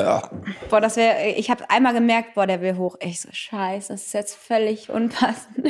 Boah, ich habe einmal gemerkt, boah, der will hoch. Ich so, scheiße, das ist jetzt völlig unpassend.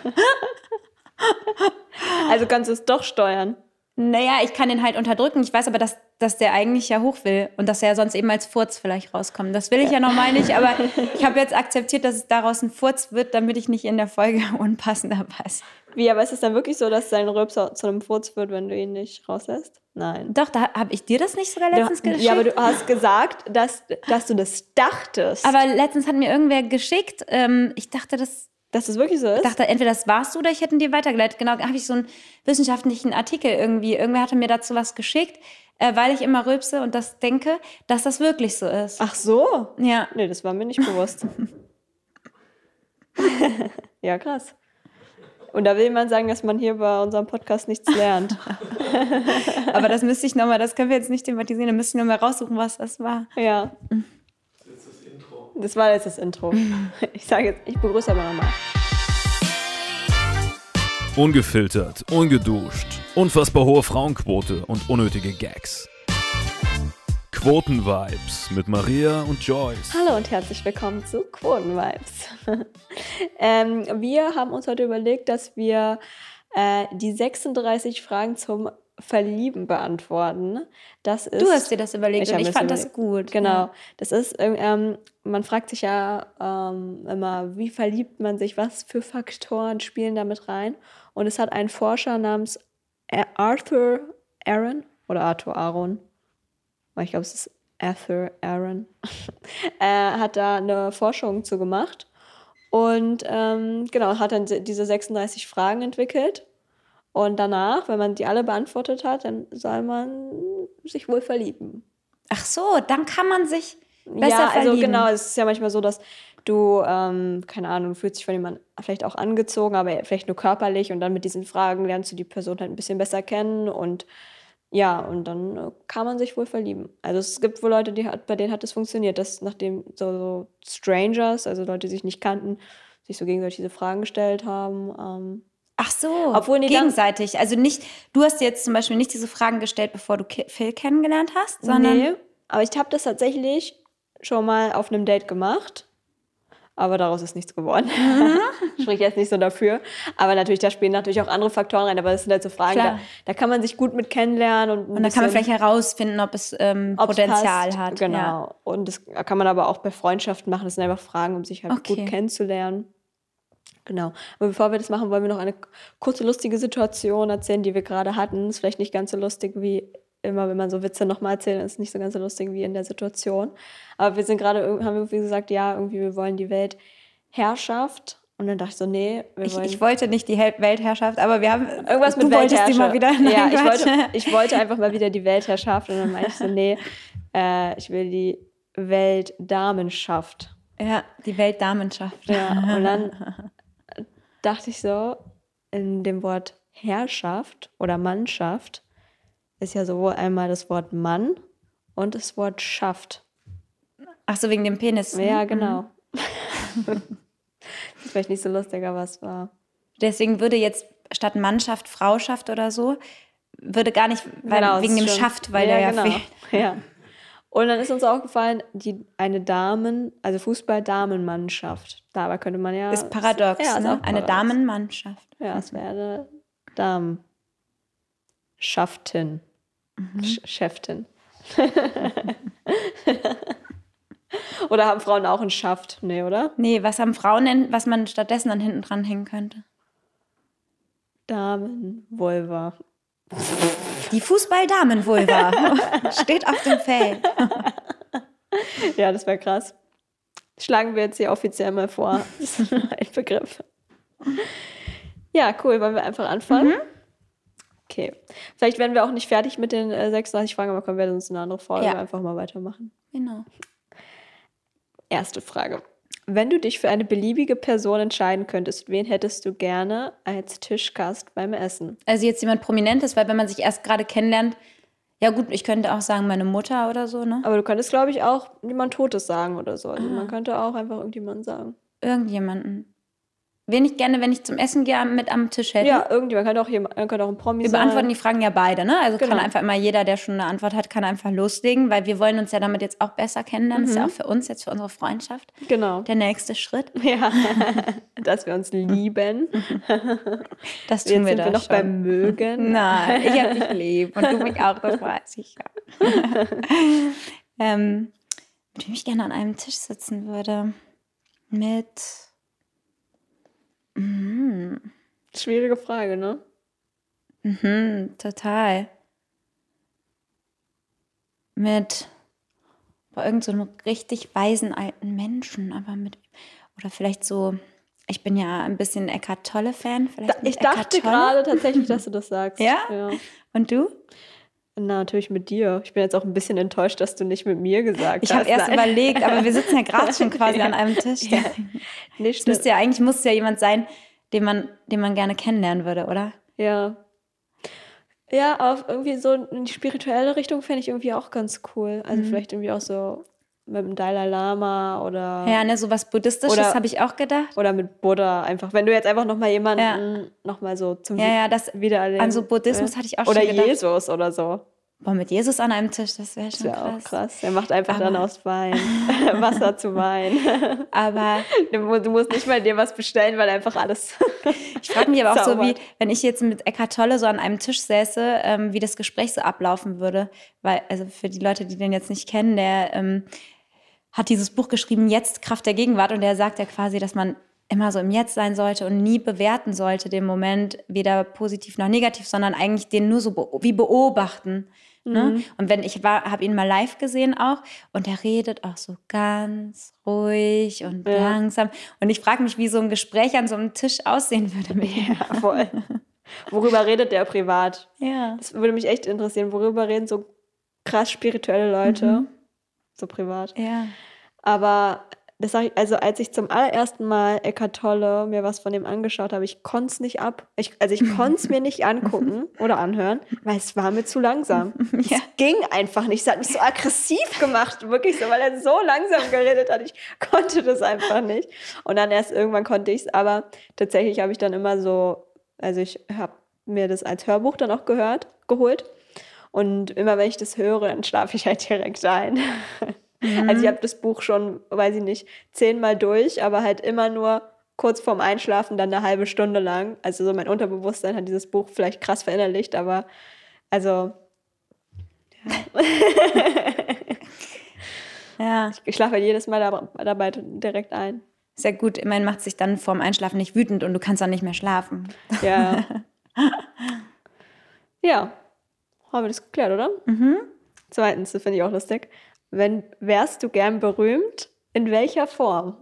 Also kannst du es doch steuern. Naja, ich kann den halt unterdrücken. Ich weiß aber, dass der eigentlich ja hoch will und dass er ja sonst eben als Furz vielleicht rauskommt. Das will ich ja normal nicht, aber ich habe jetzt akzeptiert, dass es daraus ein Furz wird, damit ich nicht in der Folge unpassender passe. Wie, aber ist es dann wirklich so, dass dein Rülpser zu einem Furz wird, wenn du ihn nicht rauslässt? Nein. Doch, da habe ich dir das nicht sogar letztens geschickt? Ja, aber du hast gesagt, dass du das dachtest. Aber letztens hat mir irgendwer geschickt, ich dachte, dass es wirklich so ist? Ich dachte, entweder das warst du oder ich hätte ihn dir weitergeleitet. Genau, da habe ich so einen wissenschaftlichen Artikel irgendwie. Irgendwer hatte mir dazu was geschickt, weil ich immer rülpse und das denke, dass das wirklich so ist. Ach so? Ja. Nee, das war mir nicht bewusst. Ja, krass. Und da will man sagen, dass man hier bei unserem Podcast nichts lernt. Aber das müsste ich nochmal, das können wir jetzt nicht thematisieren, da müsste ich nochmal raussuchen, was das war. Ja. Das war jetzt das Intro. Ich begrüße aber nochmal. Ungefiltert, ungeduscht, unfassbar hohe Frauenquote und unnötige Gags. Quotenvibes mit Maria und Joyce. Hallo und herzlich willkommen zu Quotenvibes. Wir haben uns heute überlegt, dass wir die 36 Fragen zum Verlieben beantworten. Das ist, du hast dir das überlegt und ich fand das gut. Genau. Ja. Das ist, man fragt sich ja immer, wie verliebt man sich, was für Faktoren spielen damit rein. Und es hat einen Forscher namens Arthur Aaron, ich glaube, es ist Arthur Aaron, hat da eine Forschung zu gemacht und hat dann diese 36 Fragen entwickelt. Und danach, wenn man die alle beantwortet hat, dann soll man sich wohl verlieben. Ach so, dann kann man sich besser verlieben. Also genau, es ist ja manchmal so, dass du, keine Ahnung, fühlst dich von jemandem vielleicht auch angezogen, aber vielleicht nur körperlich und dann mit diesen Fragen lernst du die Person halt ein bisschen besser kennen und ja, und dann kann man sich wohl verlieben. Also es gibt wohl Leute, bei denen hat das funktioniert, dass nachdem so Strangers, also Leute, die sich nicht kannten, sich so gegenseitig diese Fragen gestellt haben. Ach so, obwohl gegenseitig. Also nicht, du hast jetzt zum Beispiel nicht diese Fragen gestellt, bevor du Phil kennengelernt hast, sondern... Nee, aber ich habe das tatsächlich schon mal auf einem Date gemacht. Aber daraus ist nichts geworden. Spricht jetzt nicht so dafür. Aber natürlich, da spielen natürlich auch andere Faktoren rein. Aber das sind halt so Fragen, da kann man sich gut mit kennenlernen. Und dann kann man vielleicht herausfinden, ob es Potenzial hat. Genau. Ja. Und das kann man aber auch bei Freundschaften machen. Das sind einfach Fragen, um sich halt gut kennenzulernen. Genau. Aber bevor wir das machen, wollen wir noch eine kurze lustige Situation erzählen, die wir gerade hatten. Ist vielleicht nicht ganz so lustig wie immer, wenn man so Witze nochmal erzählt, ist nicht so ganz so lustig wie in der Situation. Aber wir haben irgendwie gesagt, ja, irgendwie wir wollen die Weltherrschaft. Und dann dachte ich so, nee, ich wollte nicht die Weltherrschaft, aber wir haben irgendwas mit Weltherrschaft. Die mal wieder. Ja, ich wollte einfach mal wieder die Weltherrschaft. Und dann meinte ich so, nee, ich will die Weltdamenschaft. Ja, die Weltdamenschaft. Ja, und dann dachte ich so, in dem Wort Herrschaft oder Mannschaft ist ja sowohl einmal das Wort Mann und das Wort Schaft. Ach so, wegen dem Penis. Ja, genau. Das ist vielleicht nicht so lustig, aber es war... Deswegen würde jetzt statt Mannschaft Frauschaft oder so, würde gar nicht, wegen dem Schaft, weil der ja fehlt. Ja. Und dann ist uns auch gefallen, also Fußball-Damenmannschaft. Dabei könnte man ja... Ist paradox, ja, ist ne? Eine Damenmannschaft. Ja, es wäre eine Damenschaftin. Cheftin. Oder haben Frauen auch einen Schaft? Nee, oder? Nee, was haben Frauen, was man stattdessen dann hinten dran hängen könnte? Damenvulva. Die Fußball-Damenvulva steht auf dem Feld. Ja, das wäre krass. Schlagen wir jetzt hier offiziell mal vor. Das ist ein Begriff. Ja, cool. Wollen wir einfach anfangen? Okay. Vielleicht werden wir auch nicht fertig mit den 36 Fragen, aber können wir uns eine andere Folge einfach mal weitermachen. Genau. Erste Frage. Wenn du dich für eine beliebige Person entscheiden könntest, wen hättest du gerne als Tischgast beim Essen? Also jetzt jemand Prominentes, weil wenn man sich erst gerade kennenlernt, ja gut, ich könnte auch sagen meine Mutter oder so, ne? Aber du könntest, glaube ich, auch jemand Totes sagen oder so. Also man könnte auch einfach irgendjemanden sagen. Irgendjemanden. wen ich gerne, wenn ich zum Essen gehe, mit am Tisch hätte? Ja, irgendjemand kann auch ein Promi Wir sein. beantworten die Fragen ja beide, ne? Also Genau. kann einfach immer jeder, der schon eine Antwort hat, kann einfach loslegen, weil wir wollen uns ja damit jetzt auch besser kennenlernen. Das ist ja auch für uns, jetzt für unsere Freundschaft, Genau. der nächste Schritt. Ja, dass wir uns lieben. Das Jetzt tun wir sind da wir noch schon. beim Mögen. Nein, ich hab dich lieb und du mich auch, das weiß ich ja. Mit wem ich gerne an einem Tisch sitzen würde. Schwierige Frage, ne? Total. Mit irgend so einem richtig weisen alten Menschen, aber oder vielleicht so, ich bin ja ein bisschen Eckhart Tolle-Fan. Ich dachte gerade tatsächlich, dass du das sagst. Ja? Und du? Na, natürlich mit dir. Ich bin jetzt auch ein bisschen enttäuscht, dass du nicht mit mir gesagt hast. Ich habe erst überlegt, aber wir sitzen ja gerade schon quasi an einem Tisch. Ja. Nicht Muss ja jemand sein, den man gerne kennenlernen würde, oder? Ja. Ja, aber irgendwie so in die spirituelle Richtung fände ich irgendwie auch ganz cool. Also vielleicht irgendwie auch so mit dem Dalai Lama oder... Ja, ne, so was Buddhistisches habe ich auch gedacht. Oder mit Buddha einfach. Wenn du jetzt einfach nochmal jemanden nochmal so zum das Wiedererleben... An so Buddhismus hatte ich auch oder schon gedacht. Oder Jesus oder so. Boah, mit Jesus an einem Tisch, das wäre schon krass. Das wäre auch krass. Er macht einfach aber dann aus Wein. Wasser zu Wein. Aber... Du musst nicht mal dir was bestellen, weil einfach alles... Ich frage mich aber auch zaubert. so, wie, wenn ich jetzt mit Eckhart Tolle so an einem Tisch säße, wie das Gespräch so ablaufen würde. Weil, also für die Leute, die den jetzt nicht kennen, der hat dieses Buch geschrieben, Jetzt, Kraft der Gegenwart. Und der sagt ja quasi, dass man immer so im Jetzt sein sollte und nie bewerten sollte, den Moment, weder positiv noch negativ, sondern eigentlich den nur so wie beobachten. Ne? Und wenn habe ihn mal live gesehen auch und der redet auch so ganz ruhig und langsam. Und ich frage mich, wie so ein Gespräch an so einem Tisch aussehen würde. Ja, voll. Worüber redet der privat? Ja. Das würde mich echt interessieren. Worüber reden so krass spirituelle Leute so privat? Ja. Aber das sag ich, also als ich zum allerersten Mal Eckhart Tolle mir was von dem angeschaut habe, ich konnte es nicht ich konnte es mir nicht angucken oder anhören, weil es war mir zu langsam. Es ging einfach nicht. Es hat mich so aggressiv gemacht, wirklich so, weil er so langsam geredet hat. Ich konnte das einfach nicht. Und dann erst irgendwann konnte ich es. Aber tatsächlich habe ich dann immer so, also ich habe mir das als Hörbuch dann auch geholt. Und immer wenn ich das höre, dann schlafe ich halt direkt ein. Also ich habe das Buch schon, weiß ich nicht, 10-mal durch, aber halt immer nur kurz vorm Einschlafen, dann eine halbe Stunde lang. Also so mein Unterbewusstsein hat dieses Buch vielleicht krass verinnerlicht, aber also Ja. Ich schlafe halt jedes Mal dabei direkt ein. Ist ja gut, immerhin macht sich dann vorm Einschlafen nicht wütend und du kannst dann nicht mehr schlafen. Ja. Ja. Haben wir das geklärt, oder? Zweitens, das finde ich auch lustig. Wärst du gern berühmt? In welcher Form?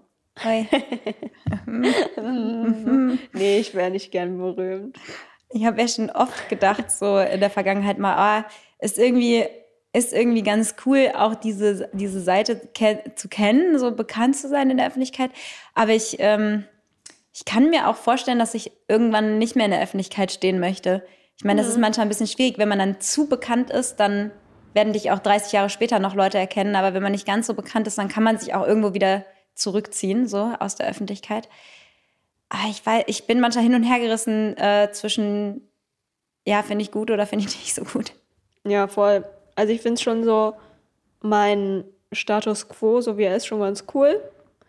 Nee, ich wäre nicht gern berühmt. Ich habe ja schon oft gedacht, so in der Vergangenheit mal, ist irgendwie ganz cool, auch diese Seite zu kennen, so bekannt zu sein in der Öffentlichkeit. Aber ich kann mir auch vorstellen, dass ich irgendwann nicht mehr in der Öffentlichkeit stehen möchte. Ich meine, das ist manchmal ein bisschen schwierig. Wenn man dann zu bekannt ist, dann werden dich auch 30 Jahre später noch Leute erkennen. Aber wenn man nicht ganz so bekannt ist, dann kann man sich auch irgendwo wieder zurückziehen, so aus der Öffentlichkeit. Aber ich bin manchmal hin und her gerissen zwischen, ja, finde ich gut oder finde ich nicht so gut. Ja, voll. Also ich finde es schon so, mein Status quo, so wie er ist, schon ganz cool.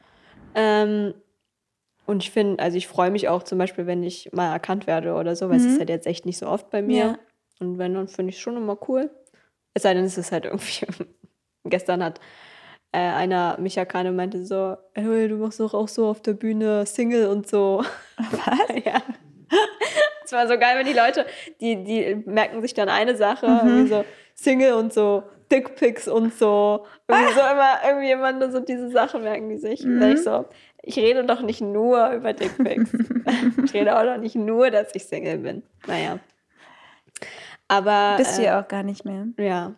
Und ich freue mich auch zum Beispiel, wenn ich mal erkannt werde oder so, weil es ist halt jetzt echt nicht so oft bei mir. Ja. Und wenn, dann finde ich es schon immer cool. Es sei denn, es ist halt irgendwie, gestern hat einer mich erkannt und meinte so, hey, du machst doch auch so auf der Bühne Single und so. Was? Ja. Es war so geil, wenn die Leute, die merken sich dann eine Sache, irgendwie so Single und so Dickpics und so. Irgendwie so immer jemand so diese Sachen merken die sich. Ich rede doch nicht nur über Dickpics. Ich rede auch noch nicht nur, dass ich Single bin. Naja. Aber bist du ja auch gar nicht mehr. Ja.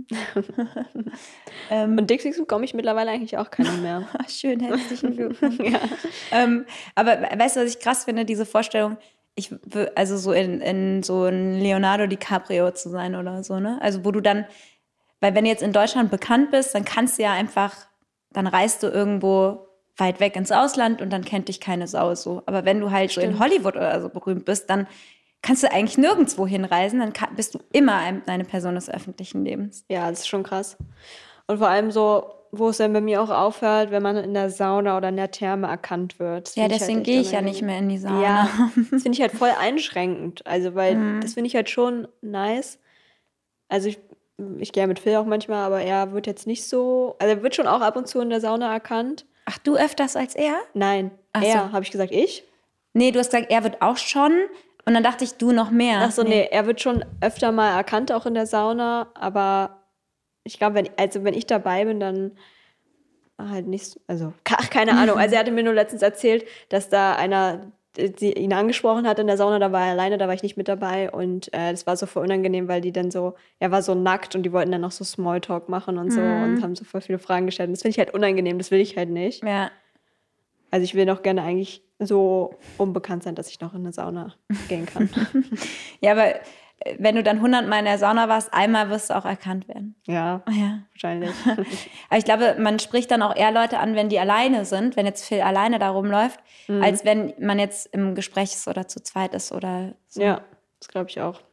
Und Dickpics bekomme ich mittlerweile eigentlich auch keine mehr. Schön, herzlichen Glückwunsch. Ja. Aber weißt du, was ich krass finde, diese Vorstellung, also so in so ein Leonardo DiCaprio zu sein oder so, ne? Also wo du dann, weil wenn du jetzt in Deutschland bekannt bist, dann kannst du ja einfach, dann reist du irgendwo weit weg ins Ausland und dann kennt dich keine Sau so. Aber wenn du halt so in Hollywood oder so berühmt bist, dann kannst du eigentlich nirgendwo hinreisen, dann bist du immer eine Person des öffentlichen Lebens. Ja, das ist schon krass. Und vor allem so, wo es dann bei mir auch aufhört, wenn man in der Sauna oder in der Therme erkannt wird. Das Ja, find ich deswegen halt gehe echt ich ja unangenehm. nicht mehr in die Sauna. Ja, das finde ich halt voll einschränkend. Also, weil das finde ich halt schon nice. Also, ich gehe mit Phil auch manchmal, aber er wird jetzt nicht so. Also, er wird schon auch ab und zu in der Sauna erkannt. Ach, du öfters als er? Nein, Ach er, so. habe ich gesagt, ich? Nee, du hast gesagt, er wird auch schon. Und dann dachte ich, du noch mehr. Ach so, nee, er wird schon öfter mal erkannt, auch in der Sauna. Aber ich glaube, wenn ich dabei bin, dann halt nicht, also, keine Ahnung. Also er hatte mir nur letztens erzählt, dass da einer ihn angesprochen hat in der Sauna, da war er alleine, da war ich nicht mit dabei und das war so voll unangenehm, weil die dann so, er war so nackt und die wollten dann noch so Smalltalk machen und so und haben so voll viele Fragen gestellt. Und das finde ich halt unangenehm, das will ich halt nicht. Ja. Also ich will noch gerne eigentlich so unbekannt sein, dass ich noch in eine Sauna gehen kann. Ja, aber wenn du dann 100-mal in der Sauna warst, einmal wirst du auch erkannt werden. Ja, Ja. wahrscheinlich. Aber ich glaube, man spricht dann auch eher Leute an, wenn die alleine sind, wenn jetzt Phil alleine da rumläuft, als wenn man jetzt im Gespräch ist oder zu zweit ist oder so. Ja, das glaube ich auch.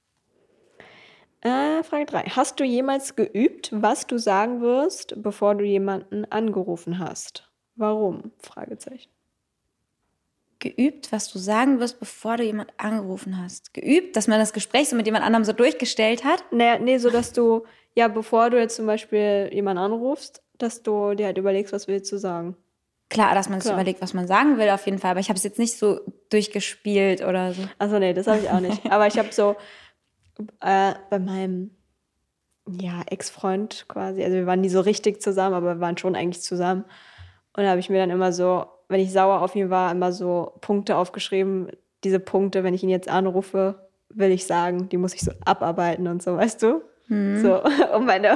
Frage 3. Hast du jemals geübt, was du sagen wirst, bevor du jemanden angerufen hast? Warum? Fragezeichen. Geübt, was du sagen wirst, bevor du jemand angerufen hast. Geübt, dass man das Gespräch so mit jemand anderem so durchgestellt hat. Nee, so dass du, ja, bevor du jetzt zum Beispiel jemanden anrufst, dass du dir halt überlegst, was willst du sagen. Klar, dass man sich Klar. überlegt, was man sagen will auf jeden Fall, aber ich habe es jetzt nicht so durchgespielt oder so. Achso, nee, das habe ich auch nicht. Aber ich habe so bei meinem Ex-Freund quasi, also wir waren nie so richtig zusammen, aber wir waren schon eigentlich zusammen. Und da habe ich mir dann immer so, wenn ich sauer auf ihn war, immer so Punkte aufgeschrieben. Diese Punkte, wenn ich ihn jetzt anrufe, will ich sagen, die muss ich so abarbeiten und so, weißt du? So, um meine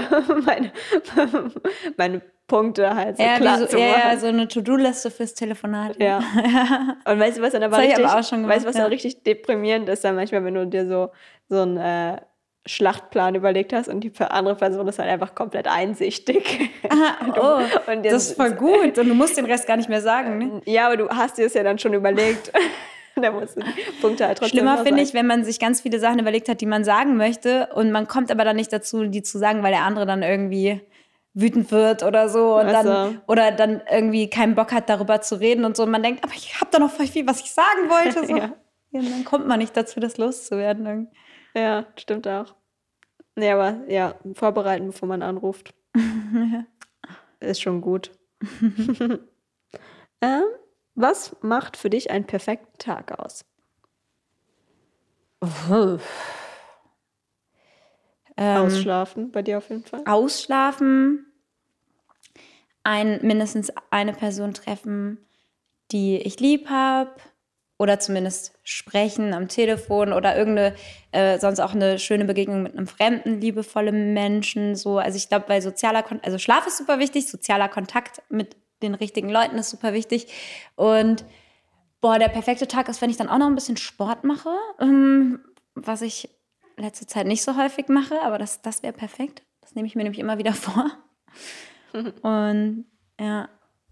Punkte halt so klar zu machen. Ja, so eine To-Do-Liste fürs Telefonat. Ja. Und weißt du, was dann aber Das hab ich richtig, aber auch schon gemacht, weißt du, was dann richtig deprimierend ist, dann manchmal, wenn du dir so einen Schlachtplan überlegt hast und die andere Person ist halt einfach komplett einsichtig. Und Das ist voll gut und du musst den Rest gar nicht mehr sagen, ne? Ja, aber du hast dir es ja dann schon überlegt. Da musst du die Punkte halt trotzdem Schlimmer noch finde ich, sagen. wenn man sich ganz viele Sachen überlegt hat, die man sagen möchte und man kommt aber dann nicht dazu, die zu sagen, weil der andere dann irgendwie wütend wird oder so und dann oder dann irgendwie keinen Bock hat, darüber zu reden und so und man denkt, aber ich habe da noch voll viel, was ich sagen wollte. So. Ja. Und dann kommt man nicht dazu, das loszuwerden. Irgendwie. Ja, stimmt auch. Nee, aber ja, vorbereiten, bevor man anruft. Ist schon gut. Was macht für dich einen perfekten Tag aus? Ausschlafen bei dir auf jeden Fall. Ausschlafen, mindestens eine Person treffen, die ich lieb habe oder zumindest sprechen am Telefon oder sonst auch eine schöne Begegnung mit einem fremden, liebevollen Menschen. So. Also ich glaube, weil also Schlaf ist super wichtig, sozialer Kontakt mit den richtigen Leuten ist super wichtig und der perfekte Tag ist, wenn ich dann auch noch ein bisschen Sport mache, was ich letzte Zeit nicht so häufig mache, aber das wäre perfekt. Das nehme ich mir nämlich immer wieder vor. Und ja,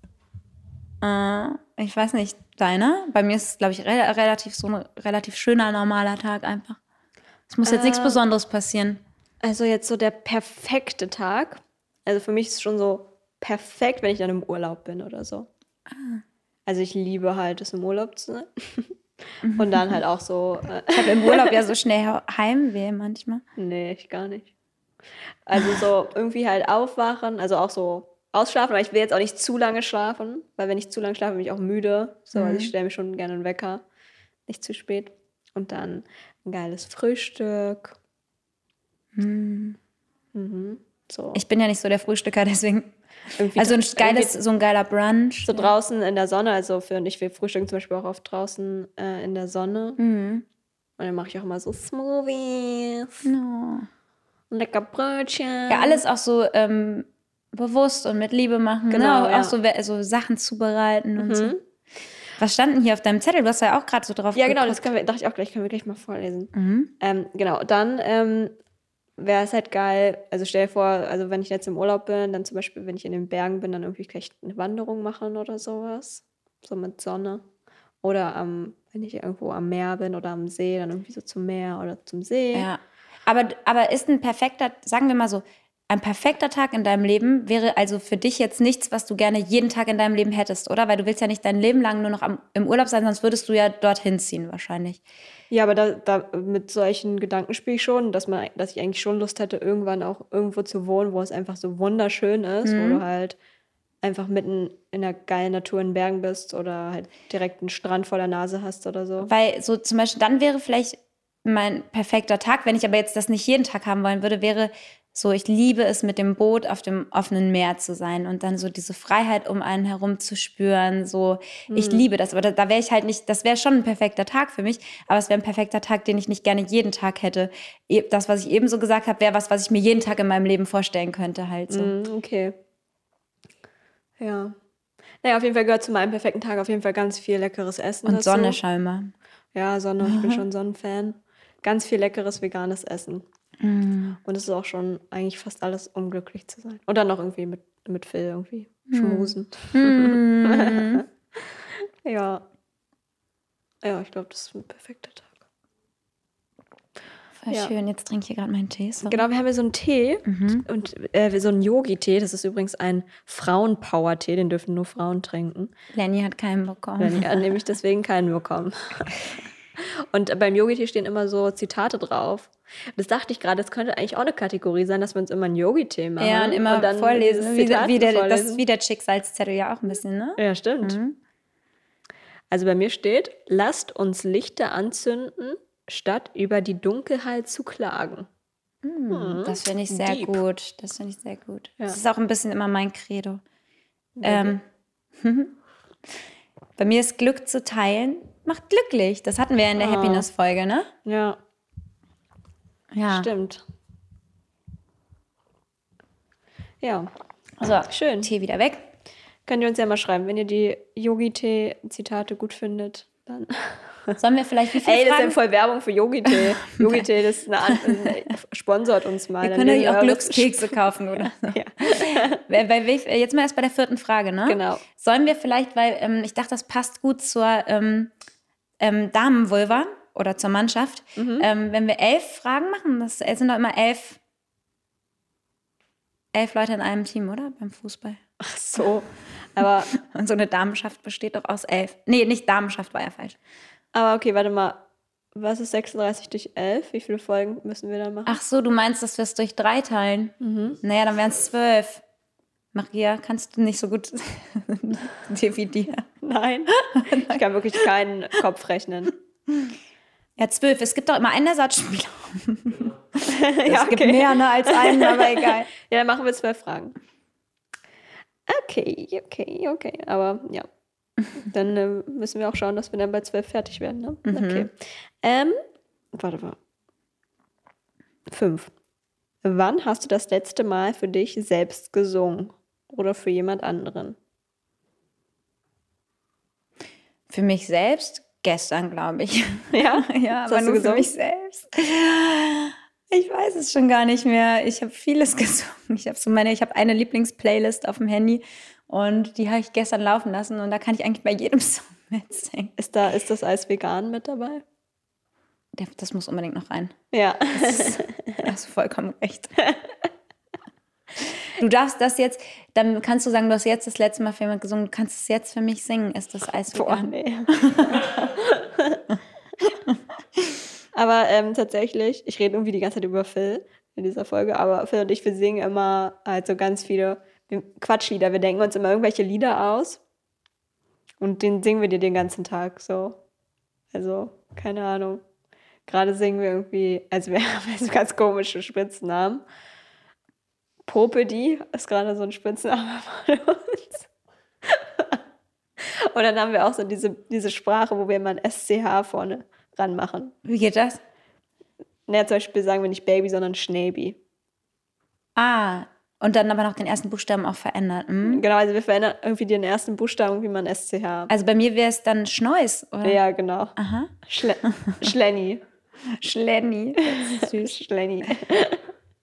ich weiß nicht, deiner? Bei mir ist es, glaube ich, ein relativ schöner, normaler Tag einfach. Es muss jetzt nichts Besonderes passieren. Also jetzt so der perfekte Tag. Also für mich ist es schon so perfekt, wenn ich dann im Urlaub bin oder so. Also ich liebe halt es, im Urlaub zu sein. Und dann halt auch so... Ich habe im Urlaub ja so schnell Heimweh manchmal. Nee, ich gar nicht. Also so irgendwie halt aufwachen, also auch so ausschlafen, aber ich will jetzt auch nicht zu lange schlafen, weil wenn ich zu lange schlafe, bin ich auch müde. So, also ich stelle mir schon gerne einen Wecker, nicht zu spät. Und dann ein geiles Frühstück. So. Ich bin ja nicht so der Frühstücker, deswegen... Irgendwie Also so ein geiler Brunch. so draußen in der Sonne, also wir frühstücken zum Beispiel auch oft draußen in der Sonne. Und dann mache ich auch immer so Smoothies. Lecker Brötchen. Ja, alles auch so bewusst und mit Liebe machen. Genau, ne? ja. Auch so Sachen zubereiten und so. Was stand denn hier auf deinem Zettel? Du hast ja auch gerade so drauf Ja, genau, geguckt. dachte ich auch gleich, können wir gleich mal vorlesen. Genau, dann wäre es halt geil, also stell dir vor, also wenn ich jetzt im Urlaub bin, dann zum Beispiel, wenn ich in den Bergen bin, dann irgendwie gleich eine Wanderung machen oder sowas. So mit Sonne. Oder wenn ich irgendwo am Meer bin oder am See, dann irgendwie so zum Meer oder zum See. Ja. Aber ist ein perfekter, sagen wir mal so, ein perfekter Tag in deinem Leben wäre also für dich jetzt nichts, was du gerne jeden Tag in deinem Leben hättest, oder? Weil du willst ja nicht dein Leben lang nur noch im Urlaub sein, sonst würdest du ja dorthin ziehen wahrscheinlich. Ja, aber da mit solchen Gedanken spiele ich schon, dass ich eigentlich schon Lust hätte, irgendwann auch irgendwo zu wohnen, wo es einfach so wunderschön ist, wo du halt einfach mitten in der geilen Natur in Bergen bist oder halt direkt einen Strand vor der Nase hast oder so. Weil so zum Beispiel, dann wäre vielleicht mein perfekter Tag, wenn ich aber jetzt das nicht jeden Tag haben wollen würde, wäre so, ich liebe es, mit dem Boot auf dem offenen Meer zu sein und dann so diese Freiheit um einen herum zu spüren. So, ich liebe das. Aber da wäre ich halt nicht, das wäre schon ein perfekter Tag für mich, aber es wäre ein perfekter Tag, den ich nicht gerne jeden Tag hätte. Das, was ich eben so gesagt habe, wäre was ich mir jeden Tag in meinem Leben vorstellen könnte halt so. Okay. Ja. Naja, auf jeden Fall gehört zu meinem perfekten Tag auf jeden Fall ganz viel leckeres Essen Und dazu. Sonne scheinbar. Ja, Sonne, ich bin schon Sonnenfan. Ganz viel leckeres veganes Essen. Und es ist auch schon eigentlich fast alles, um glücklich zu sein. Und dann noch irgendwie mit Phil irgendwie schmusen. Ja. Ja, ich glaube, das ist ein perfekter Tag. Voll schön. Jetzt trinke ich hier gerade meinen Tee. Sorry. Genau, wir haben hier so einen Tee und so einen Yogi-Tee. Das ist übrigens ein Frauen-Power-Tee, den dürfen nur Frauen trinken. Lenny hat keinen bekommen. Lenny hat nämlich deswegen keinen bekommen. Und beim Yogi-Tee stehen immer so Zitate drauf. Das dachte ich gerade, das könnte eigentlich auch eine Kategorie sein, dass wir uns immer einen Yogi-Tee machen. Ja, und immer dann vorlesen. vorlesen. Das ist wie der Schicksalszettel ja auch ein bisschen, ne? Ja, stimmt. Also bei mir steht, lasst uns Lichter anzünden, statt über die Dunkelheit zu klagen. Das finde ich sehr Deep. gut. Das finde ich sehr gut. Ja. Das ist auch ein bisschen immer mein Credo. Bei mir ist Glück zu teilen, macht glücklich. Das hatten wir ja in der Happiness-Folge, ne? Ja, Ja. stimmt. Ja, So, schön. Tee wieder weg. Könnt ihr uns ja mal schreiben, wenn ihr die Yogi-Tee-Zitate gut findet. Dann. Sollen wir vielleicht, wie viele Ey, das ist Fragen? ja voll Werbung für Yogi-Tee. Yogi-Tee, das ist sponsort uns mal. Wir können euch auch Glückskekse kaufen, oder? Ja. Jetzt mal erst bei der 4. Frage, ne? Genau. Sollen wir vielleicht, weil ich dachte, das passt gut zur Damenvulva oder zur Mannschaft, wenn wir 11 Fragen machen, es sind doch immer 11 Leute in einem Team, oder? Beim Fußball. Ach so, aber Und so eine Damenschaft besteht doch aus 11. Nee, nicht Damenschaft, war ja falsch. okay, warte mal. Was ist 36 durch 11? Wie viele Folgen müssen wir dann machen? Ach so, du meinst, dass wir es durch 3 teilen? Naja, dann wären es 12. Maria, kannst du nicht so gut dividieren? Nein, ich kann wirklich keinen Kopf rechnen. Ja, 12. Es gibt doch immer einen Ersatzspieler. Ja, Es gibt mehr als einen, aber egal. Ja, dann machen wir 12 Fragen. Okay. Aber ja, dann müssen wir auch schauen, dass wir dann bei 12 fertig werden. Ne? Okay. Warte mal. 5. Wann hast du das letzte Mal für dich selbst gesungen? Oder für jemand anderen? Für mich selbst gestern, glaube ich. Ja? Ja, Was aber hast du nur für gesungen? mich selbst. Ich weiß es schon gar nicht mehr. Ich habe vieles gesungen. Ich habe eine Lieblingsplaylist auf dem Handy und die habe ich gestern laufen lassen und da kann ich eigentlich bei jedem Song mitsingen. Ist das Eis vegan mit dabei? Das muss unbedingt noch rein. Ja. Da hast du vollkommen recht. Du darfst das jetzt, dann kannst du sagen, du hast jetzt das letzte Mal für jemanden gesungen, du kannst es jetzt für mich singen, ist das Eis Boah, vegan? nee. Aber tatsächlich, ich rede irgendwie die ganze Zeit über Phil in dieser Folge, aber Phil und ich, wir singen immer halt so ganz viele Quatschlieder. Wir denken uns immer irgendwelche Lieder aus und den singen wir dir den ganzen Tag so. Also, keine Ahnung. Gerade singen wir irgendwie, also wir haben so ganz komische Spitznamen. Popedi ist gerade so ein Spitzname von uns. Und dann haben wir auch so diese Sprache, wo wir immer ein SCH vorne ranmachen. Wie geht das? Naja, zum Beispiel sagen wir nicht Baby, sondern Schneebi. Ah, und dann aber noch den ersten Buchstaben auch verändert. Hm? Genau, also wir verändern irgendwie den ersten Buchstaben, wie man SCH. Also bei mir wäre es dann Schneus, oder? Ja, genau. Aha. Schlenny. Schlenny. Das ist süß. Schlenny.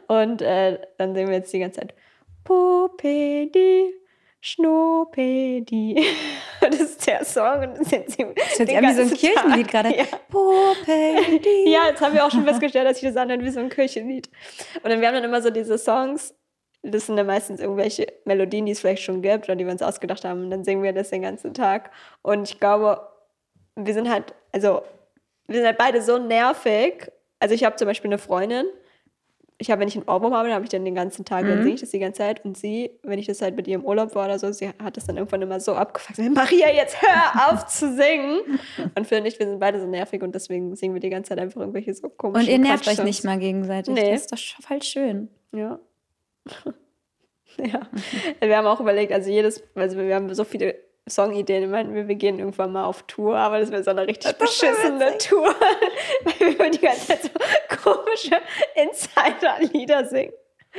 Und dann singen wir jetzt die ganze Zeit Popedi, Schnopedi. Das ist der Song. Und das hört sich an wie so ein Kirchenlied gerade. Ja. Popedi. Ja, jetzt haben wir auch schon festgestellt, dass ich das anhöre wie so ein Kirchenlied. Und wir haben dann immer so diese Songs, das sind dann meistens irgendwelche Melodien, die es vielleicht schon gibt oder die wir uns ausgedacht haben. Und dann singen wir das den ganzen Tag. Und ich glaube, wir sind halt beide so nervig. Also ich habe zum Beispiel eine Freundin, wenn ich einen Ohrwurm habe, dann habe ich dann den ganzen Tag, dann singe ich das die ganze Zeit. Und sie, wenn ich das halt mit ihr im Urlaub war oder so, sie hat das dann irgendwann immer so abgefuckt. Maria, jetzt hör auf zu singen! Und Phil und ich, wir sind beide so nervig und deswegen singen wir die ganze Zeit einfach irgendwelche so komischen Und ihr nervt euch nicht mal gegenseitig. Nee. Das ist doch voll schön. Ja. Ja. Wir haben auch überlegt, also wir haben so viele Songideen, wir gehen irgendwann mal auf Tour, aber das wäre so eine richtig beschissene Tour, weil wir die ganze Zeit so komische Insider-Lieder singen.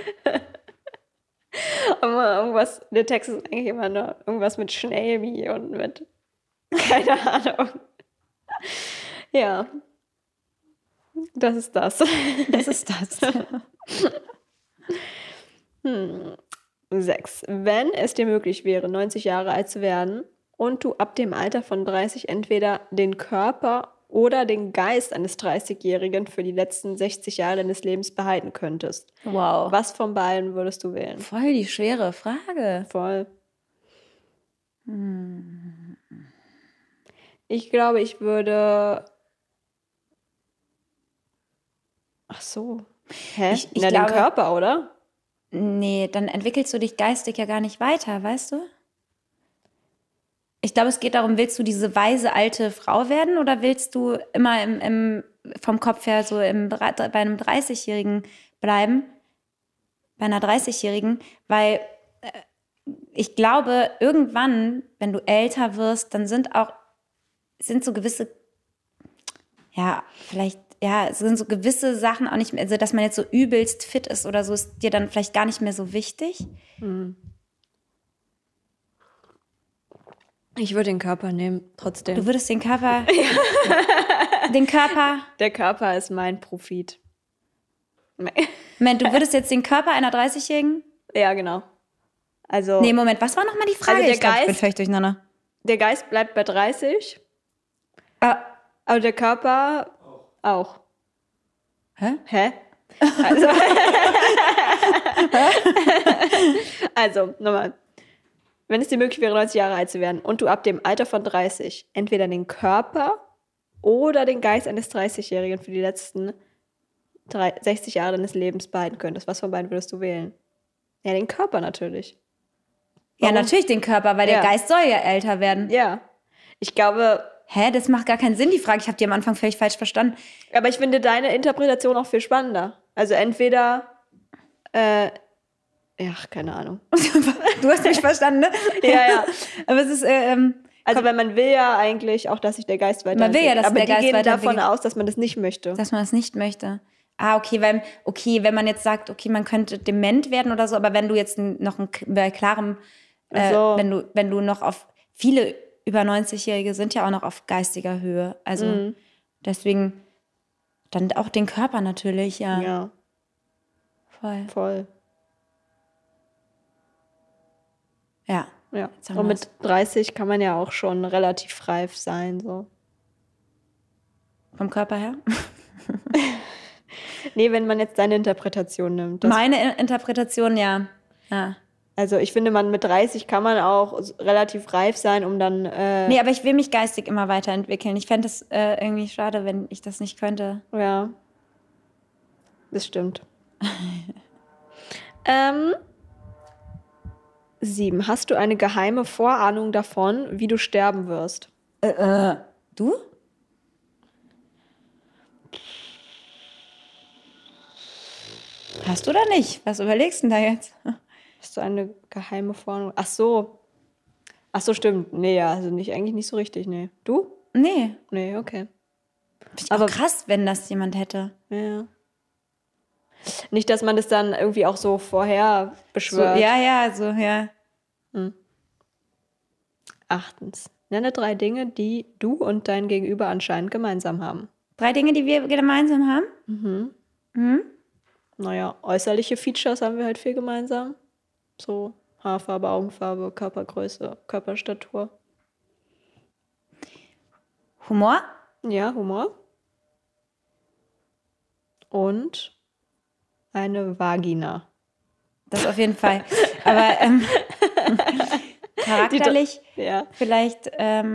Aber der Text ist eigentlich immer nur irgendwas mit Schnelbi und mit keine Ahnung. Ja. Das ist das. Das ist das. 6. Wenn es dir möglich wäre, 90 Jahre alt zu werden und du ab dem Alter von 30 entweder den Körper oder den Geist eines 30-Jährigen für die letzten 60 Jahre deines Lebens behalten könntest. Wow. Was von beiden würdest du wählen? Voll die schwere Frage. Voll. Ich glaube, ich würde... Ach so. Hä? Ich Den glaube, Körper, oder? Nee, dann entwickelst du dich geistig ja gar nicht weiter, weißt du? Ich glaube, es geht darum, willst du diese weise alte Frau werden oder willst du immer vom Kopf her so bei einem 30-Jährigen bleiben? Bei einer 30-Jährigen? Weil ich glaube, irgendwann, wenn du älter wirst, dann sind so gewisse, ja, vielleicht, ja, es sind so gewisse Sachen auch nicht mehr, also dass man jetzt so übelst fit ist oder so, ist dir dann vielleicht gar nicht mehr so wichtig. Ich würde den Körper nehmen, trotzdem. Du würdest den Körper... Den Körper... Der Körper ist mein Profit. Moment, du würdest jetzt den Körper einer 30-Jährigen? Ja, genau. Also, Nee, Moment, was war nochmal die Frage? Also Ich glaub, ich bin völlig durcheinander. der Geist bleibt bei 30, aber der Körper auch. Hä? Also, nochmal. Wenn es dir möglich wäre, 90 Jahre alt zu werden und du ab dem Alter von 30 entweder den Körper oder den Geist eines 30-Jährigen für die letzten 60 Jahre deines Lebens behalten könntest, was von beiden würdest du wählen? Ja, den Körper natürlich. Ja, natürlich den Körper, weil der Geist soll ja älter werden. Ja. Ich glaube... Hä, das macht gar keinen Sinn, die Frage. Ich habe die am Anfang völlig falsch verstanden. Aber ich finde deine Interpretation auch viel spannender. Also entweder... keine Ahnung. Du hast mich verstanden, ne? Ja. Aber es ist... Also, weil man will ja eigentlich auch, dass sich der Geist weiterentwickelt. Man will ja, dass aber der Geist die gehen weiterentwickelt. davon aus, dass man das nicht möchte. Dass man das nicht möchte. Okay, wenn man jetzt sagt, okay, man könnte dement werden oder so, aber wenn du jetzt noch bei klarem, wenn du noch auf viele über 90-Jährige sind ja auch noch auf geistiger Höhe. Also deswegen dann auch den Körper natürlich, ja. Ja. Voll. Ja. Ja. Und mit 30 kann man ja auch schon relativ reif sein, so. Vom Körper her? Nee, wenn man jetzt deine Interpretation nimmt. Meine Interpretation, ja. Also ich finde, mit 30 kann man auch relativ reif sein, um dann... Nee, aber ich will mich geistig immer weiterentwickeln. Ich fände es irgendwie schade, wenn ich das nicht könnte. Ja, das stimmt. 7. Hast du eine geheime Vorahnung davon, wie du sterben wirst? Du? Hast du da nicht? Was überlegst du denn da jetzt? Hast du eine geheime Vorahnung? Ach so, stimmt. Nee, ja, also eigentlich nicht so richtig, nee. Du? Nee. Nee, okay. Aber krass, wenn das jemand hätte. Ja. Nicht, dass man das dann irgendwie auch so vorher beschwört. So, ja. 8. Nenne 3 Dinge, die du und dein Gegenüber anscheinend gemeinsam haben. 3 Dinge, die wir gemeinsam haben? naja, äußerliche Features haben wir halt viel gemeinsam. So Haarfarbe, Augenfarbe, Körpergröße, Körperstatur. Humor? Ja, Humor. Und eine Vagina. Das auf jeden Fall. Aber charakterlich Ja. vielleicht.